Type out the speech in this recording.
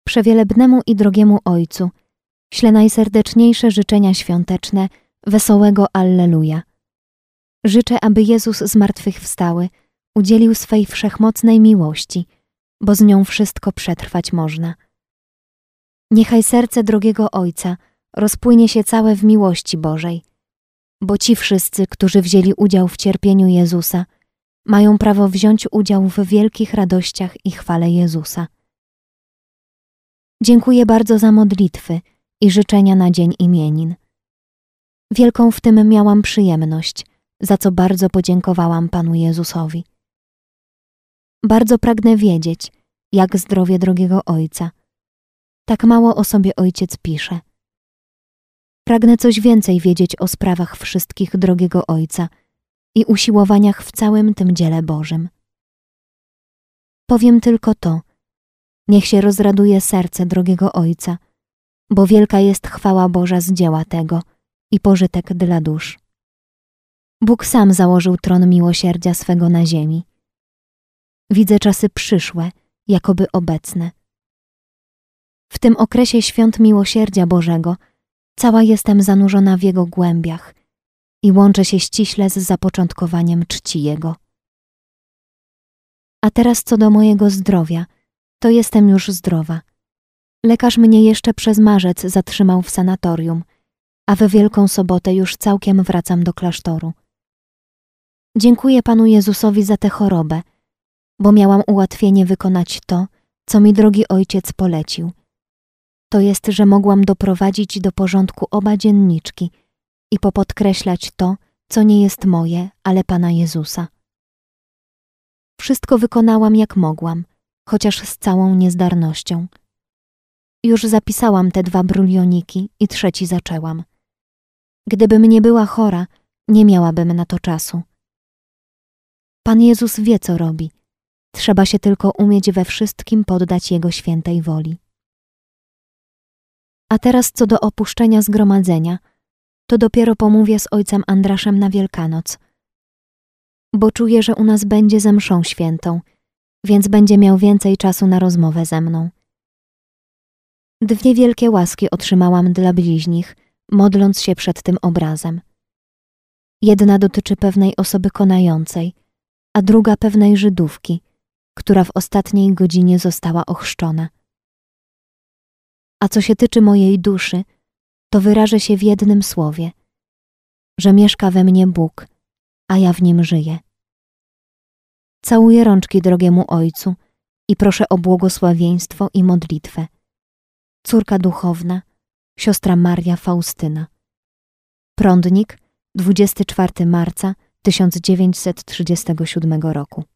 Przewielebnemu i drogiemu Ojcu ślę najserdeczniejsze życzenia świąteczne wesołego Alleluja. Życzę, aby Jezus zmartwychwstały udzielił swej wszechmocnej miłości, bo z nią wszystko przetrwać można. Niechaj serce drogiego Ojca rozpłynie się całe w miłości Bożej, bo ci wszyscy, którzy wzięli udział w cierpieniu Jezusa, mają prawo wziąć udział w wielkich radościach i chwale Jezusa. Dziękuję bardzo za modlitwy i życzenia na dzień imienin. Wielką w tym miałam przyjemność, za co bardzo podziękowałam Panu Jezusowi. Bardzo pragnę wiedzieć, jak zdrowie drogiego Ojca. Tak mało o sobie Ojciec pisze. Pragnę coś więcej wiedzieć o sprawach wszystkich drogiego Ojca i usiłowaniach w całym tym dziele Bożym. Powiem tylko to, niech się rozraduje serce drogiego Ojca, bo wielka jest chwała Boża z dzieła tego i pożytek dla dusz. Bóg sam założył tron miłosierdzia swego na ziemi. Widzę czasy przyszłe, jakoby obecne. W tym okresie świąt miłosierdzia Bożego cała jestem zanurzona w Jego głębiach i łączę się ściśle z zapoczątkowaniem czci Jego. A teraz co do mojego zdrowia, to jestem już zdrowa. Lekarz mnie jeszcze przez marzec zatrzymał w sanatorium, a we Wielką Sobotę już całkiem wracam do klasztoru. Dziękuję Panu Jezusowi za tę chorobę, bo miałam ułatwienie wykonać to, co mi drogi Ojciec polecił. To jest, że mogłam doprowadzić do porządku oba dzienniczki i popodkreślać to, co nie jest moje, ale Pana Jezusa. Wszystko wykonałam jak mogłam, chociaż z całą niezdarnością. Już zapisałam te 2 brulioniki i 3 zaczęłam. Gdybym nie była chora, nie miałabym na to czasu. Pan Jezus wie, co robi. Trzeba się tylko umieć we wszystkim poddać Jego świętej woli. A teraz co do opuszczenia zgromadzenia, to dopiero pomówię z ojcem Andraszem na Wielkanoc, bo czuję, że u nas będzie ze mszą świętą, więc będzie miał więcej czasu na rozmowę ze mną. 2 wielkie łaski otrzymałam dla bliźnich, modląc się przed tym obrazem. Jedna dotyczy pewnej osoby konającej, a druga pewnej Żydówki, która w ostatniej godzinie została ochrzczona. A co się tyczy mojej duszy, to wyrażę się w jednym słowie, że mieszka we mnie Bóg, a ja w nim żyję. Całuję rączki drogiemu Ojcu i proszę o błogosławieństwo i modlitwę. Córka duchowna, siostra Maria Faustyna. Prądnik, 24 marca 1937 roku.